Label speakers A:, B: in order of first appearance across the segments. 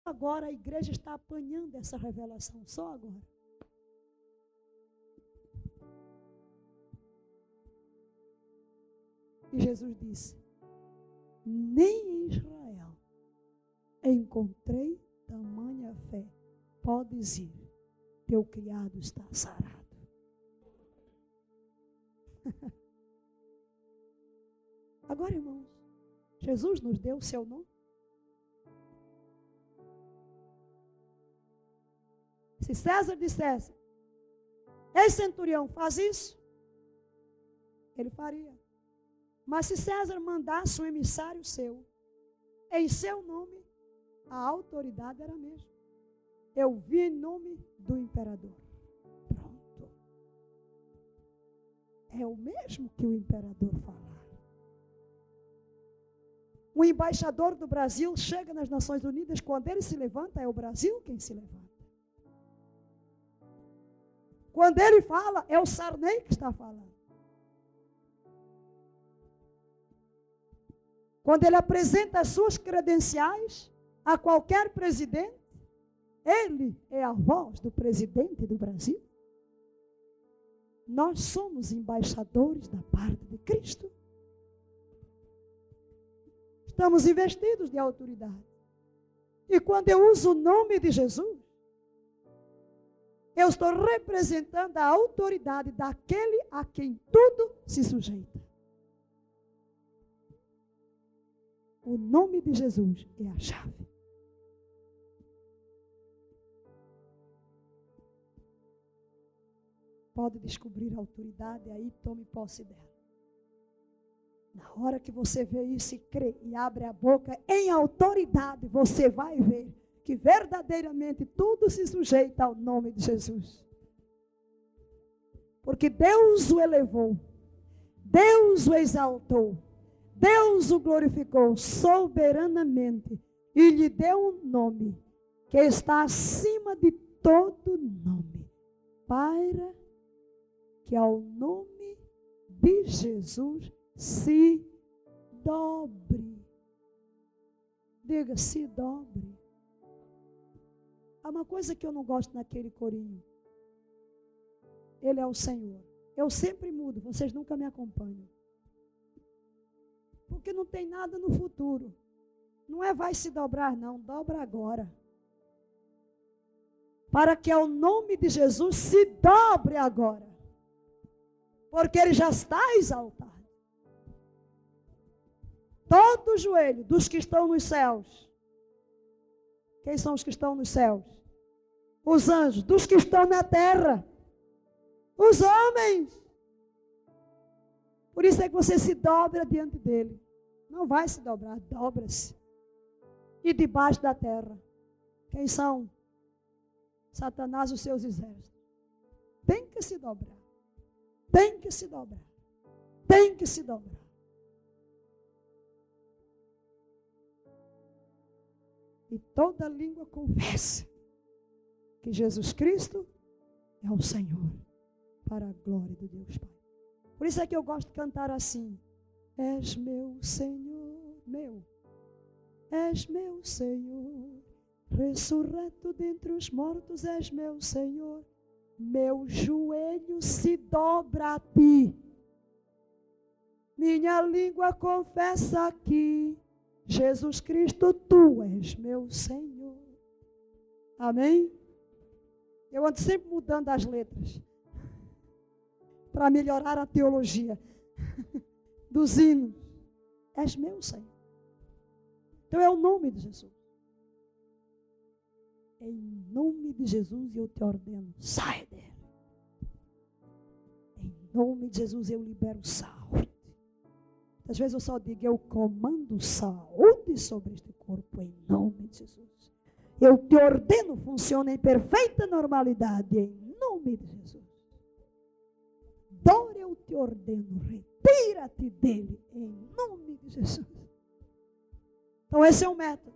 A: agora a igreja está apanhando essa revelação, só agora. E Jesus disse: nem em Israel encontrei tamanha fé. Podes ir, teu criado está sarado. Agora, irmãos, Jesus nos deu o seu nome. Se César dissesse: ei, centurião, faz isso, ele faria. Mas se César mandasse um emissário seu, em seu nome, a autoridade era a mesma. Eu vi em nome do imperador. Pronto. É o mesmo que o imperador falar. O embaixador do Brasil chega nas Nações Unidas, quando ele se levanta, é o Brasil quem se levanta. Quando ele fala, é o Sarney que está falando. Quando ele apresenta as suas credenciais a qualquer presidente, ele é a voz do presidente do Brasil. Nós somos embaixadores da parte de Cristo. Estamos investidos de autoridade. E quando eu uso o nome de Jesus, eu estou representando a autoridade daquele a quem tudo se sujeita. O nome de Jesus é a chave. Pode descobrir a autoridade, aí tome posse dela. Na hora que você vê isso e crê e abre a boca em autoridade, você vai ver que verdadeiramente tudo se sujeita ao nome de Jesus. Porque Deus o elevou, Deus o exaltou, Deus o glorificou soberanamente e lhe deu um nome que está acima de todo nome, para que ao nome de Jesus se dobre. Diga, se dobre. Há uma coisa que eu não gosto naquele corinho. Ele é o Senhor. Eu sempre mudo, vocês nunca me acompanham. Porque não tem nada no futuro. Não é vai se dobrar, não. Dobra agora. Para que ao nome de Jesus se dobre agora. Porque ele já está exaltado. Todo o joelho dos que estão nos céus. Quem são os que estão nos céus? Os anjos. Dos que estão na terra. Os homens. Por isso é que você se dobra diante dele. Não vai se dobrar, dobra-se. E debaixo da terra. Quem são? Satanás e os seus exércitos. Tem que se dobrar. Tem que se dobrar. Tem que se dobrar. E toda língua confessa que Jesus Cristo é o Senhor, para a glória de Deus Pai. Por isso é que eu gosto de cantar assim: és meu Senhor, meu, és meu Senhor, ressurreto dentre os mortos, és meu Senhor, meu joelho se dobra a ti, minha língua confessa que Jesus Cristo, tu és meu Senhor. Amém? Eu ando sempre mudando as letras para melhorar a teologia dos hinos. És meu Senhor. Então é o nome de Jesus. Em nome de Jesus eu te ordeno, sai dele. Em nome de Jesus eu libero saúde. Às vezes eu só digo, eu comando saúde sobre este corpo, em nome de Jesus. Eu te ordeno, funciona em perfeita normalidade, em nome de Jesus. Dor eu te ordeno, retira-te dele, em nome de Jesus. Então esse é o método.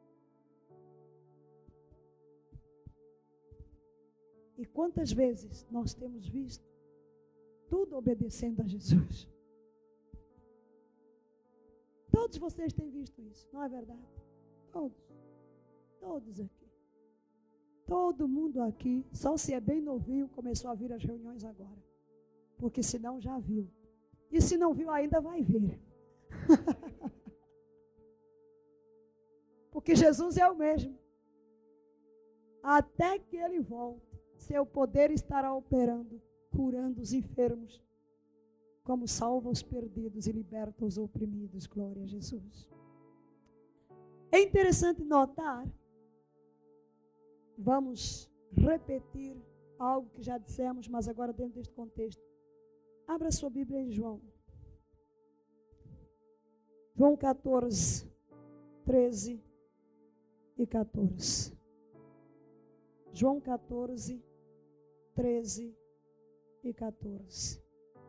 A: E quantas vezes nós temos visto tudo obedecendo a Jesus? Todos vocês têm visto isso, não é verdade? Todos. Todos aqui. Todo mundo aqui, só se é bem novinho, começou a vir às reuniões agora. Porque senão já viu. E se não viu ainda, vai ver. Porque Jesus é o mesmo. Até que Ele volte, seu poder estará operando, curando os enfermos, como salva os perdidos e liberta os oprimidos. Glória a Jesus. É interessante notar, vamos repetir algo que já dissemos, mas agora dentro deste contexto. Abra sua Bíblia em João. João 14, 13 e 14. João 14, 13 e 14.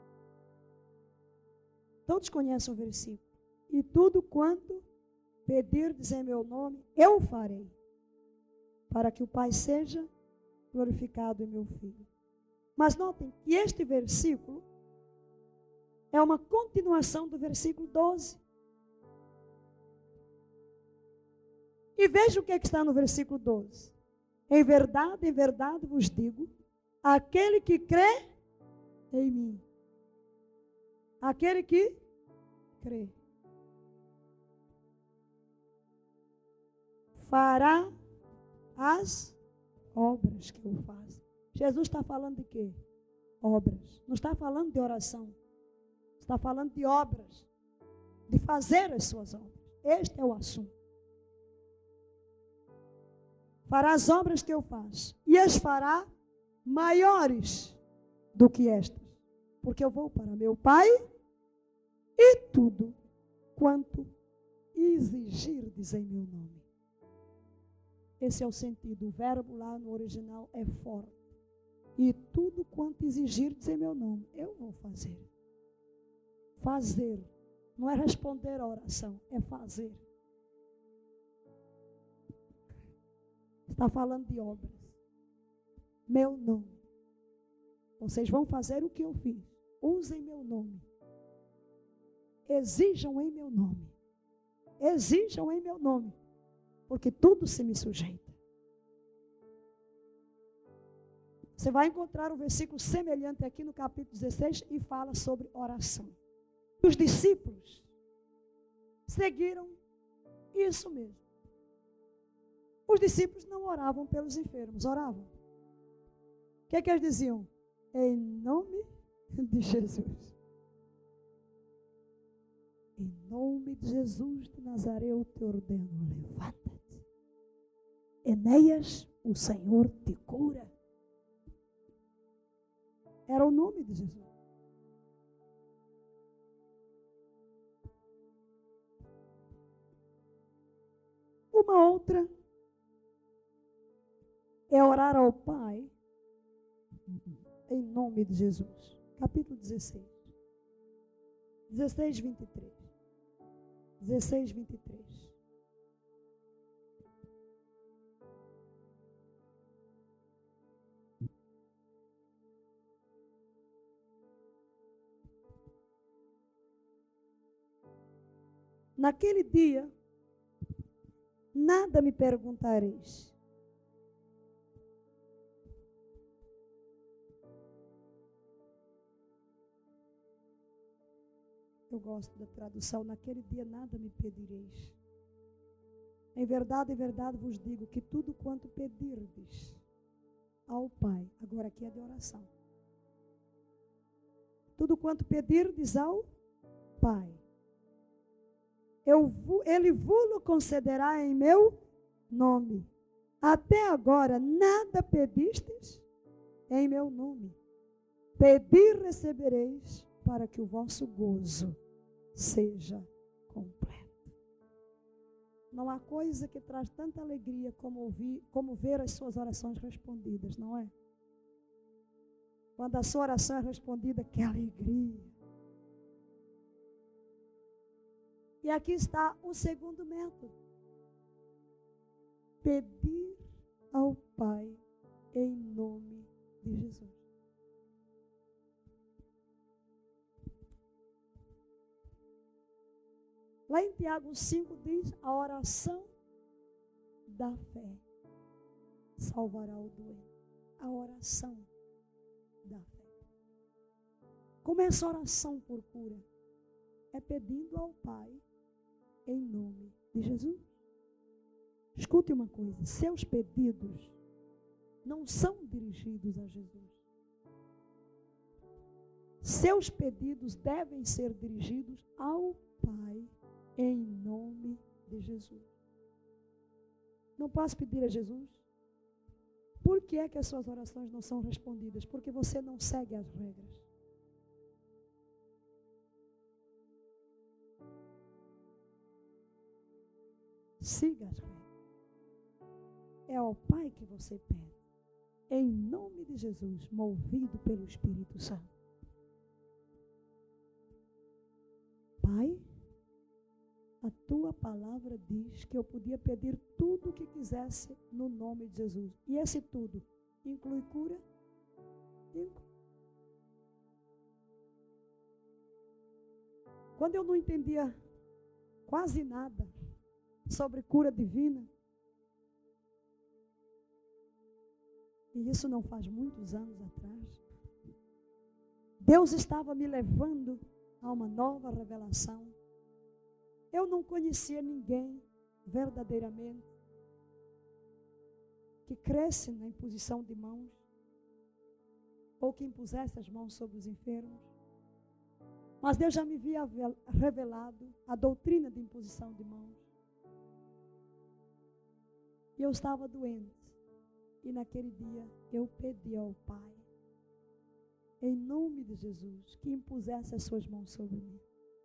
A: Todos conhecem o versículo. E tudo quanto pedirdes em meu nome, eu farei, para que o Pai seja glorificado em meu Filho. Mas notem que este versículo é uma continuação do versículo 12. E veja o que está no versículo 12. Em verdade vos digo, aquele que crê em mim, aquele que crê, fará as obras que eu faço. Jesus está falando de quê? Obras. Não está falando de oração. Está falando de obras. De fazer as suas obras. Este é o assunto. Fará as obras que eu faço. E as fará maiores do que estas. Porque eu vou para meu Pai e tudo quanto exigirdes em meu nome. Esse é o sentido. O verbo lá no original é forte. E tudo quanto exigirdes em meu nome, eu vou fazer. Fazer. Não é responder a oração, é fazer. Está falando de obras. Meu nome. Vocês vão fazer o que eu fiz. Usem meu nome. Exijam em meu nome. Exijam em meu nome. Porque tudo se me sujeita. Você vai encontrar um versículo semelhante aqui no capítulo 16 e fala sobre oração. Os discípulos seguiram isso mesmo. Os discípulos não oravam pelos enfermos, oravam. O que é que eles diziam? Em nome de Jesus. Em nome de Jesus de Nazaré eu te ordeno, levanta-te. Enéas, o Senhor te cura. Era o nome de Jesus. Uma outra é orar ao Pai em nome de Jesus. Capítulo 16. 16, 23. 16, 23. Naquele dia, nada me perguntareis. Eu gosto da tradução, naquele dia nada me pedireis. Em verdade vos digo que tudo quanto pedirdes ao Pai, agora aqui é de oração. Tudo quanto pedirdes ao Pai, Ele vos concederá em meu nome. Até agora nada pedistes em meu nome. Pedir recebereis, para que o vosso gozo seja completo. Não há coisa que traz tanta alegria como ver as suas orações respondidas, não é? Quando a sua oração é respondida, que alegria. E aqui está o segundo método. Pedir ao Pai em nome de Jesus. Lá em Tiago 5 diz, a oração da fé salvará o doente. A oração da fé. Como é essa oração por cura? É pedindo ao Pai em nome de Jesus. Escute uma coisa, seus pedidos não são dirigidos a Jesus. Seus pedidos devem ser dirigidos ao Pai em nome de Jesus. Não posso pedir a Jesus? Por que é que as suas orações não são respondidas? Porque você não segue as regras. Siga as regras. É ao Pai que você pede. Em nome de Jesus, movido pelo Espírito Santo. Pai, a tua palavra diz que eu podia pedir tudo o que quisesse no nome de Jesus. E esse tudo inclui cura? Inclui. Quando eu não entendia quase nada sobre cura divina, e isso não faz muitos anos atrás, Deus estava me levando a uma nova revelação. Eu não conhecia ninguém verdadeiramente que cresce na imposição de mãos ou que impusesse as mãos sobre os enfermos. Mas Deus já me havia revelado a doutrina de imposição de mãos. E eu estava doente. E naquele dia eu pedi ao Pai, em nome de Jesus, que impusesse as suas mãos sobre mim.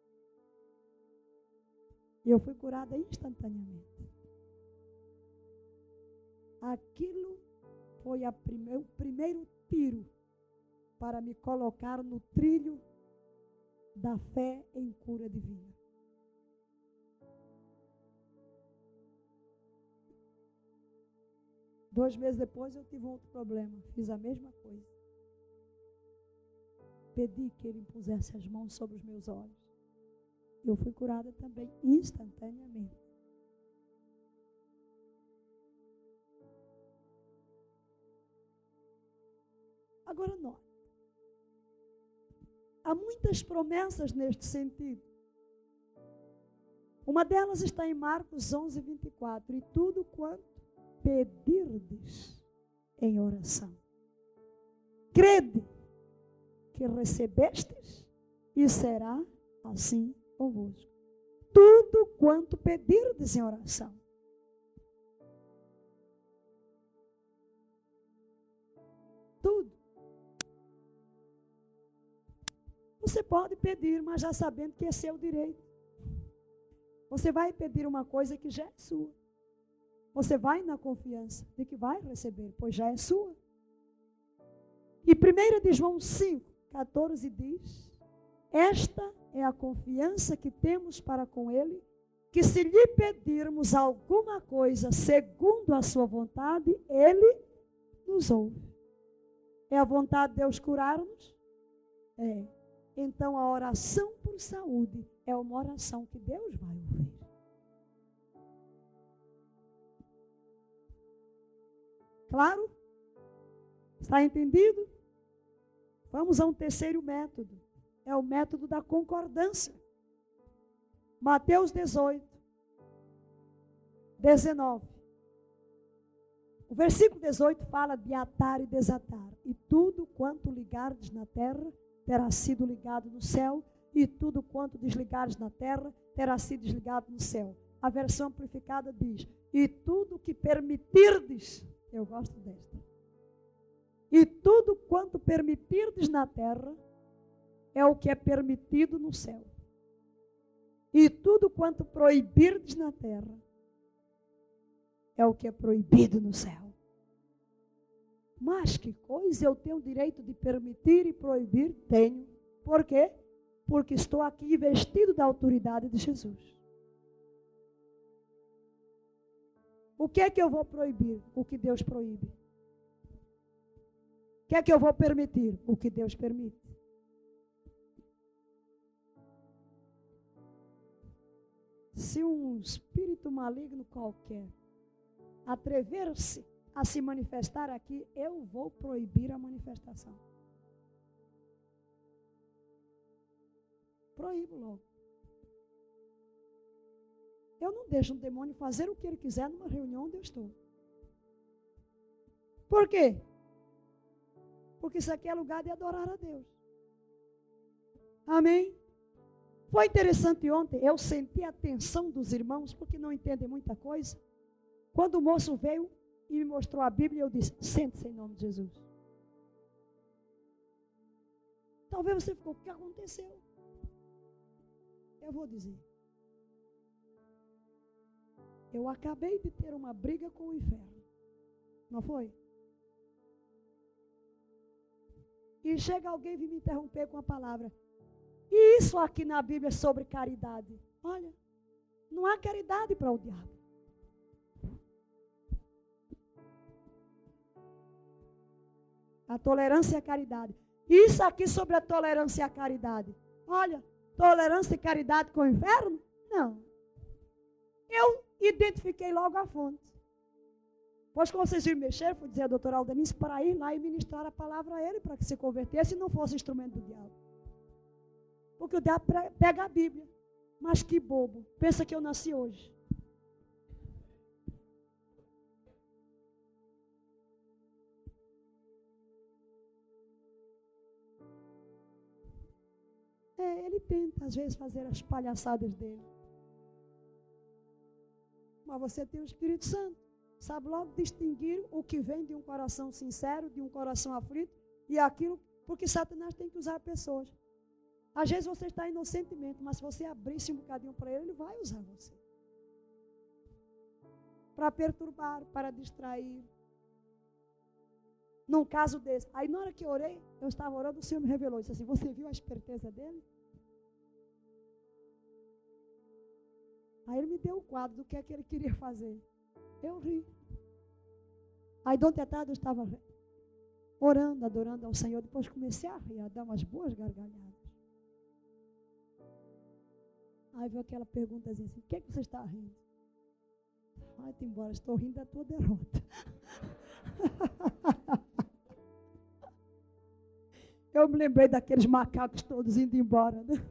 A: E eu fui curada instantaneamente. Aquilo foi o primeiro tiro para me colocar no trilho da fé em cura divina. Dois meses depois eu tive outro problema. Fiz a mesma coisa. Pedi que Ele impusesse as mãos sobre os meus olhos. Eu fui curada também instantaneamente. Agora note. Há muitas promessas neste sentido. Uma delas está em Marcos 11:24. E tudo quanto pedirdes em oração, crede que recebestes e será assim convosco. Tudo quanto pedirdes em oração. Tudo. Você pode pedir, mas já sabendo que é seu direito. Você vai pedir uma coisa que já é sua. Você vai na confiança de que vai receber, pois já é sua. E 1 de João 5:14 diz: esta é a confiança que temos para com Ele, que se lhe pedirmos alguma coisa segundo a sua vontade, Ele nos ouve. É a vontade de Deus curar-nos? É. Então a oração por saúde é uma oração que Deus vai ouvir. Claro? Está entendido? Vamos a um terceiro método. É o método da concordância. Mateus 18:19. O versículo 18 fala de atar e desatar. E tudo quanto ligardes na terra terá sido ligado no céu, e tudo quanto desligares na terra terá sido desligado no céu. A versão amplificada diz: e tudo que permitirdes. Eu gosto desta. E tudo quanto permitirdes na terra é o que é permitido no céu. E tudo quanto proibirdes na terra é o que é proibido no céu. Mas que coisa, eu tenho o direito de permitir e proibir? Tenho. Por quê? Porque estou aqui vestido da autoridade de Jesus. O que é que eu vou proibir? O que Deus proíbe. O que é que eu vou permitir? O que Deus permite. Se um espírito maligno qualquer atrever-se a se manifestar aqui, eu vou proibir a manifestação. Proíbo logo. Eu não deixo um demônio fazer o que ele quiser numa reunião onde eu estou. Por quê? Porque isso aqui é lugar de adorar a Deus. Amém? Foi interessante ontem, eu senti a tensão dos irmãos, porque não entendem muita coisa. Quando o moço veio e me mostrou a Bíblia, eu disse, sente-se em nome de Jesus. Talvez você ficou, o que aconteceu? Eu vou dizer. Eu acabei de ter uma briga com o inferno. Não foi? E chega alguém e vem me interromper com a palavra. E isso aqui na Bíblia é sobre caridade. Olha, não há caridade para o diabo. A tolerância e a caridade. Isso aqui sobre a tolerância e a caridade. Olha, tolerância e caridade com o inferno? Não. Eu identifiquei logo a fonte. Pois quando vocês iam mexer, fui dizer a doutora Aldenice para ir lá e ministrar a palavra a ele, para que se convertesse e não fosse instrumento do diabo. Porque o diabo pega a Bíblia. Mas que bobo. Pensa que eu nasci hoje. Ele tenta, às vezes, fazer as palhaçadas dele. Mas você tem o Espírito Santo. Sabe logo distinguir o que vem de um coração sincero, de um coração aflito, e aquilo, porque Satanás tem que usar pessoas. Às vezes você está inocentemente, mas se você abrisse um bocadinho para ele, ele vai usar você. Para perturbar, para distrair. Num caso desse. Aí na hora que eu orei, eu estava orando, o Senhor me revelou. Disse assim, você viu a esperteza dele? Aí ele me deu o quadro do que é que ele queria fazer. Eu ri. Aí de ontem à tarde eu estava orando, adorando ao Senhor. Depois comecei a rir, a dar umas boas gargalhadas. Aí veio aquela perguntazinha assim, o que é que você está rindo? Vai-te embora, estou rindo da tua derrota. Eu me lembrei daqueles macacos todos indo embora, né?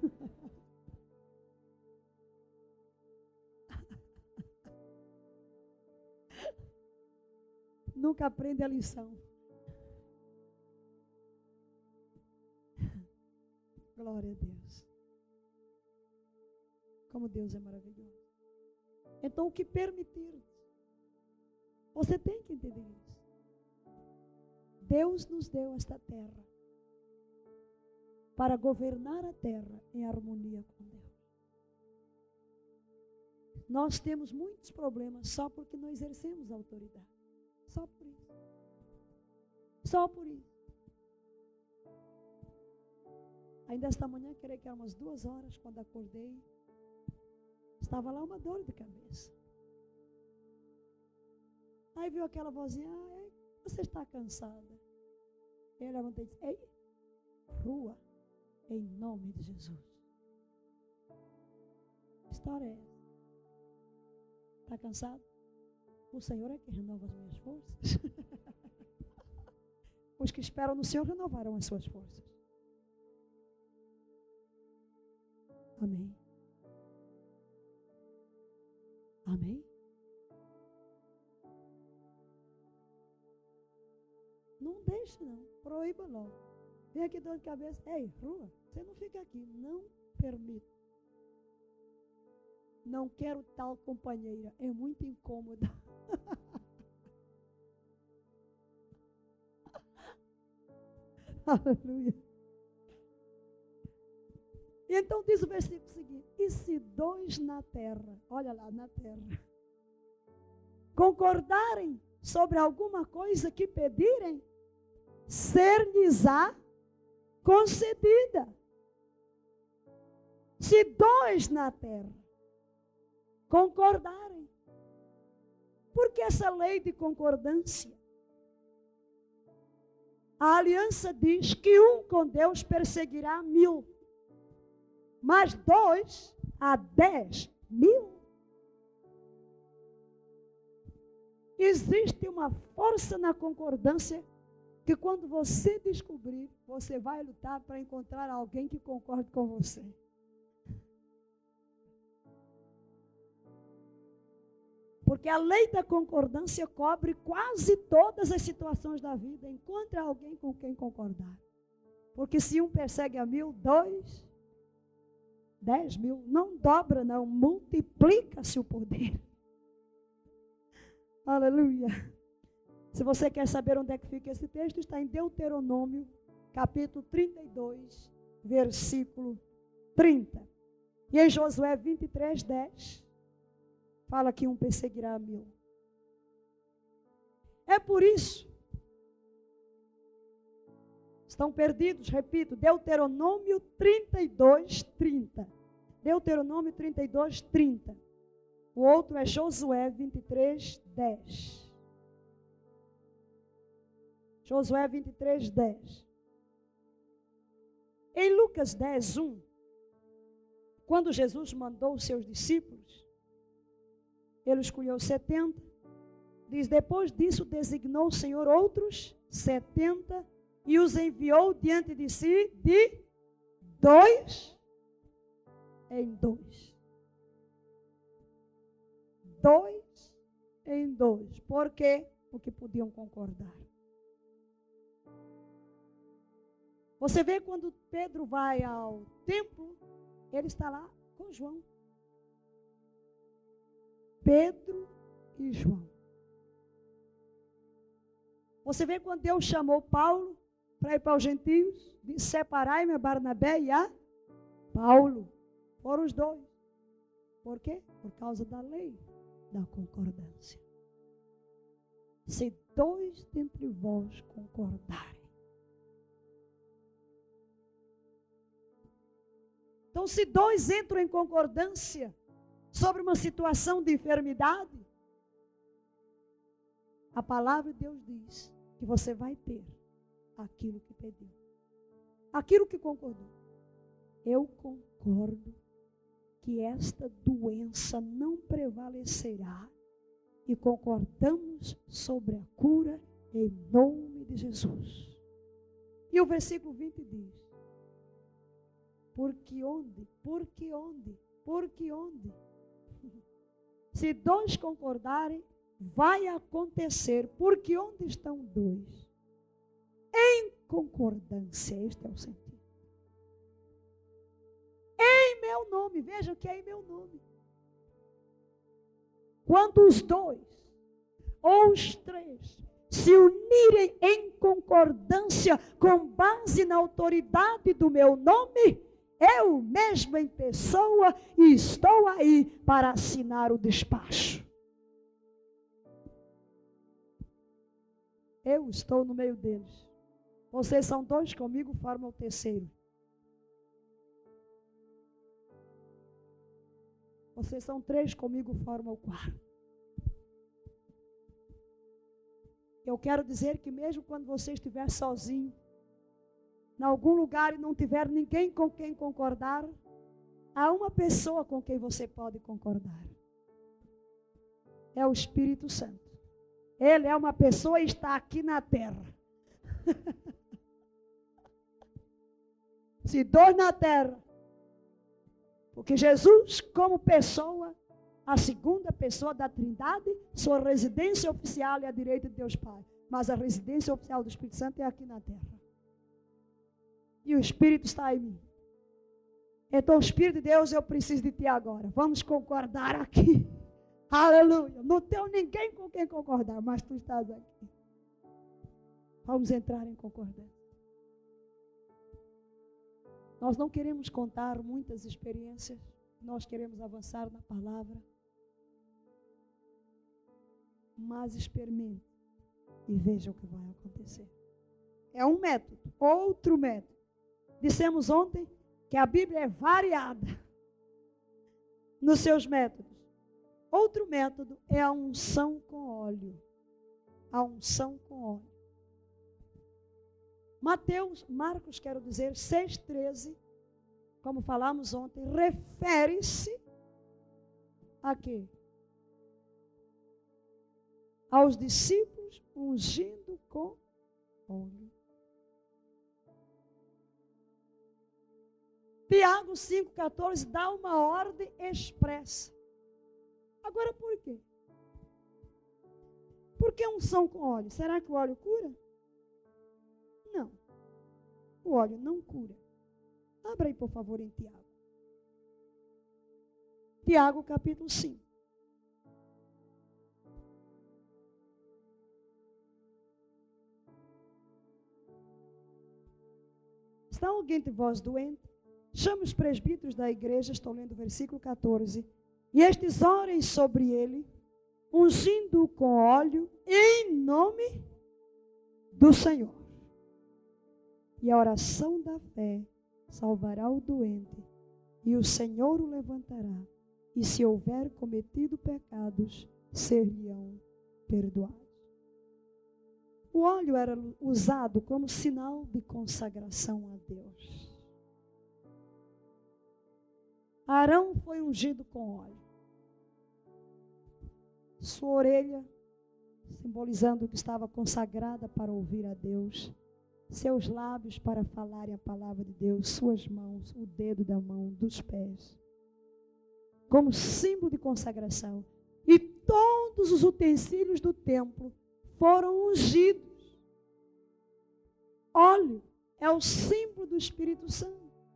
A: Nunca aprende a lição. Glória a Deus. Como Deus é maravilhoso. Então, o que permitir? Você tem que entender isso. Deus nos deu esta terra para governar a terra em harmonia com Deus. Nós temos muitos problemas só porque não exercemos a autoridade. Só por isso. Só por isso. Ainda esta manhã, creio que eram umas 2 horas, quando acordei, estava lá uma dor de cabeça. Aí viu aquela vozinha, você está cansada. Eu levantei e disse, ei, rua, em nome de Jesus. Que história é essa? Está cansado? O Senhor é que renova as minhas forças. Os que esperam no Senhor renovarão as suas forças. Amém. Amém. Não deixe não, proíba logo. Vem aqui dor de cabeça, ei, rua, você não fica aqui, não permita. Não quero tal companheira, é muito incômoda. Aleluia. E então diz o versículo seguinte, e se 2 na terra, olha lá, na terra, concordarem sobre alguma coisa que pedirem, ser-lhes-á concedida. Se 2 na terra concordarem. Porque essa lei de concordância? A aliança diz que 1 com Deus perseguirá 1000, mas 2 a 10.000. Existe uma força na concordância que quando você descobrir, você vai lutar para encontrar alguém que concorde com você. Porque a lei da concordância cobre quase todas as situações da vida. Encontre alguém com quem concordar. Porque se um persegue a 1.000, 2, 10.000, não dobra não, multiplica-se o poder. Aleluia. Se você quer saber onde é que fica esse texto, está em Deuteronômio, capítulo 32, versículo 30. E em Josué 23, 10, fala que um perseguirá a 1.000. É por isso, estão perdidos, repito, Deuteronômio 32, 30. Deuteronômio 32, 30. O outro é Josué 23, 10. Josué 23, 10. Em Lucas 10, 1, quando Jesus mandou os seus discípulos, ele escolheu 70. Diz, depois disso designou o Senhor outros 70 e os enviou diante de si de 2 em 2. 2 em 2. Por quê? Porque podiam concordar. Você vê quando Pedro vai ao templo, ele está lá com João. Pedro e João. Você vê quando Deus chamou Paulo para ir para os gentios, disse, separai-me a Barnabé e a Paulo. Foram os dois. Por quê? Por causa da lei da concordância. Se 2 dentre vós concordarem. Então, se 2 entram em concordância sobre uma situação de enfermidade, a palavra de Deus diz que você vai ter aquilo que pediu. Aquilo que concordou. Eu concordo que esta doença não prevalecerá e concordamos sobre a cura em nome de Jesus. E o versículo 20 diz, porque onde? Porque onde? Porque onde? Se 2 concordarem, vai acontecer. Porque onde estão 2? Em concordância. Este é o sentido. Em meu nome. Veja o que é em meu nome. Quando os 2 ou os 3 se unirem em concordância com base na autoridade do meu nome, eu mesmo em pessoa e estou aí para assinar o despacho. Eu estou no meio deles. Vocês são 2 comigo, formam o terceiro. Vocês são 3 comigo, formam o quarto. Eu quero dizer que mesmo quando você estiver sozinho, em algum lugar e não tiver ninguém com quem concordar, há uma pessoa com quem você pode concordar. É o Espírito Santo. Ele é uma pessoa e está aqui na terra. Se 2 na terra, porque Jesus, como pessoa, a segunda pessoa da Trindade, sua residência oficial é à direita de Deus Pai. Mas a residência oficial do Espírito Santo é aqui na terra. E o Espírito está em mim. Então, Espírito de Deus, eu preciso de ti agora. Vamos concordar aqui. Aleluia. Não tenho ninguém com quem concordar, mas tu estás aqui. Vamos entrar em concordância. Nós não queremos contar muitas experiências. Nós queremos avançar na palavra. Mas experimente e veja o que vai acontecer. É um método. Outro método. Dissemos ontem que a Bíblia é variada nos seus métodos. Outro método é a unção com óleo. A unção com óleo. Marcos, quero dizer, 6,13, como falamos ontem, refere-se a quê? aos discípulos, ungindo com óleo. Tiago 5,14 dá uma ordem expressa. Agora por quê? Por que unção com óleo? Será que o óleo cura? Não. O óleo não cura. Abra aí, por favor, em Tiago. Tiago, capítulo 5. Está alguém de vós doente? Chame os presbíteros da igreja, estou lendo o versículo 14. E estes orem sobre ele, ungindo-o com óleo, em nome do Senhor. E a oração da fé salvará o doente, e o Senhor o levantará. E se houver cometido pecados, ser-lhe-ão perdoados. O óleo era usado como sinal de consagração a Deus. Arão foi ungido com óleo. Sua orelha, simbolizando que estava consagrada para ouvir a Deus. Seus lábios para falarem a palavra de Deus. Suas mãos, o dedo da mão, dos pés. Como símbolo de consagração. E todos os utensílios do templo foram ungidos. Óleo é o símbolo do Espírito Santo.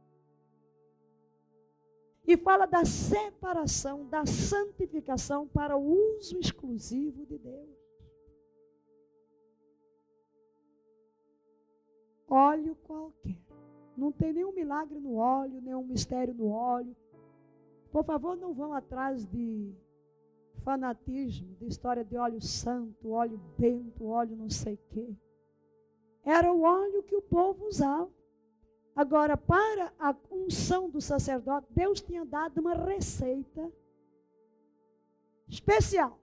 A: E fala da separação, da santificação para o uso exclusivo de Deus. Óleo qualquer. Não tem nenhum milagre no óleo, nenhum mistério no óleo. Por favor, não vão atrás de fanatismo, de história de óleo santo, óleo bento, óleo não sei o quê. Era o óleo que o povo usava. Agora, para a unção do sacerdote, Deus tinha dado uma receita especial.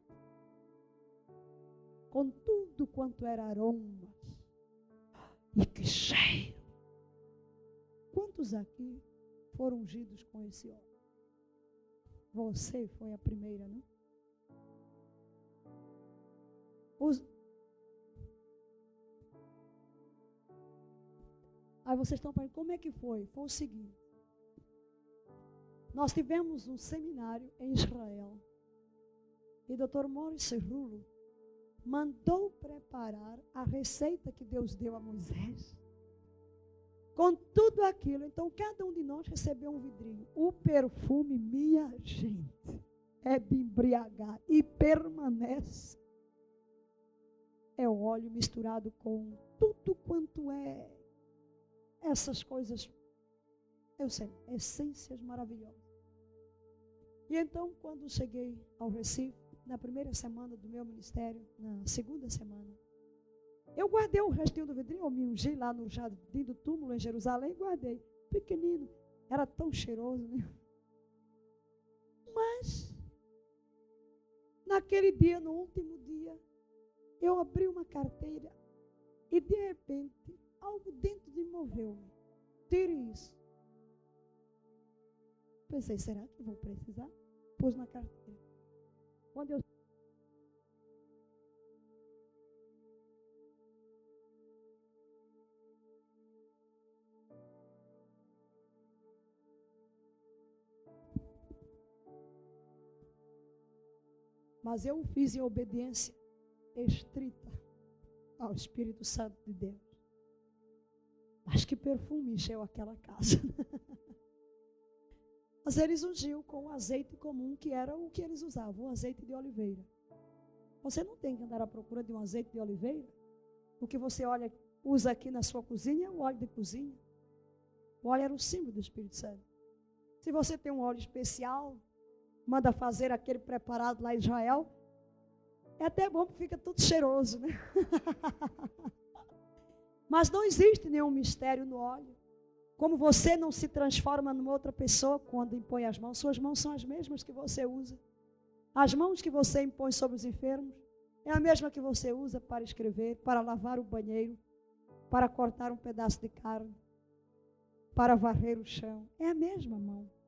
A: Com tudo quanto era aromas. E que cheiro! Quantos aqui foram ungidos com esse óleo? Você foi a primeira, não? Aí vocês estão perguntando, como é que foi? Foi o seguinte. Nós tivemos um seminário em Israel. E o Dr. Maurice Rulo mandou preparar a receita que Deus deu a Moisés. Com tudo aquilo. Então, cada um de nós recebeu um vidrinho. O perfume, minha gente, é de embriagar e permanece. É óleo misturado com tudo quanto é essas coisas, eu sei, essências maravilhosas. E então, quando cheguei ao Recife, na primeira semana do meu ministério, na segunda semana, eu guardei o restinho do vidrinho, eu me ungi lá no jardim do túmulo em Jerusalém, guardei, pequenino, era tão cheiroso, né? Mas, naquele dia, no último dia, eu abri uma carteira e de repente, algo dentro de mim moveu-me. Tire isso. Pensei, será que vou precisar? Pus na carteira. Quando eu... Mas eu o fiz em obediência estrita ao Espírito Santo de Deus. Mas que perfume encheu aquela casa. Mas eles ungiu com o azeite comum, que era o que eles usavam, o azeite de oliveira. Você não tem que andar à procura de um azeite de oliveira. O que você usa aqui na sua cozinha é o óleo de cozinha. O óleo era o símbolo do Espírito Santo. Se você tem um óleo especial, manda fazer aquele preparado lá em Israel, é até bom porque fica tudo cheiroso, né? Mas não existe nenhum mistério no óleo. Como você não se transforma numa outra pessoa quando impõe as mãos, suas mãos são as mesmas que você usa. As mãos que você impõe sobre os enfermos é a mesma que você usa para escrever, para lavar o banheiro, para cortar um pedaço de carne, para varrer o chão. É a mesma mão.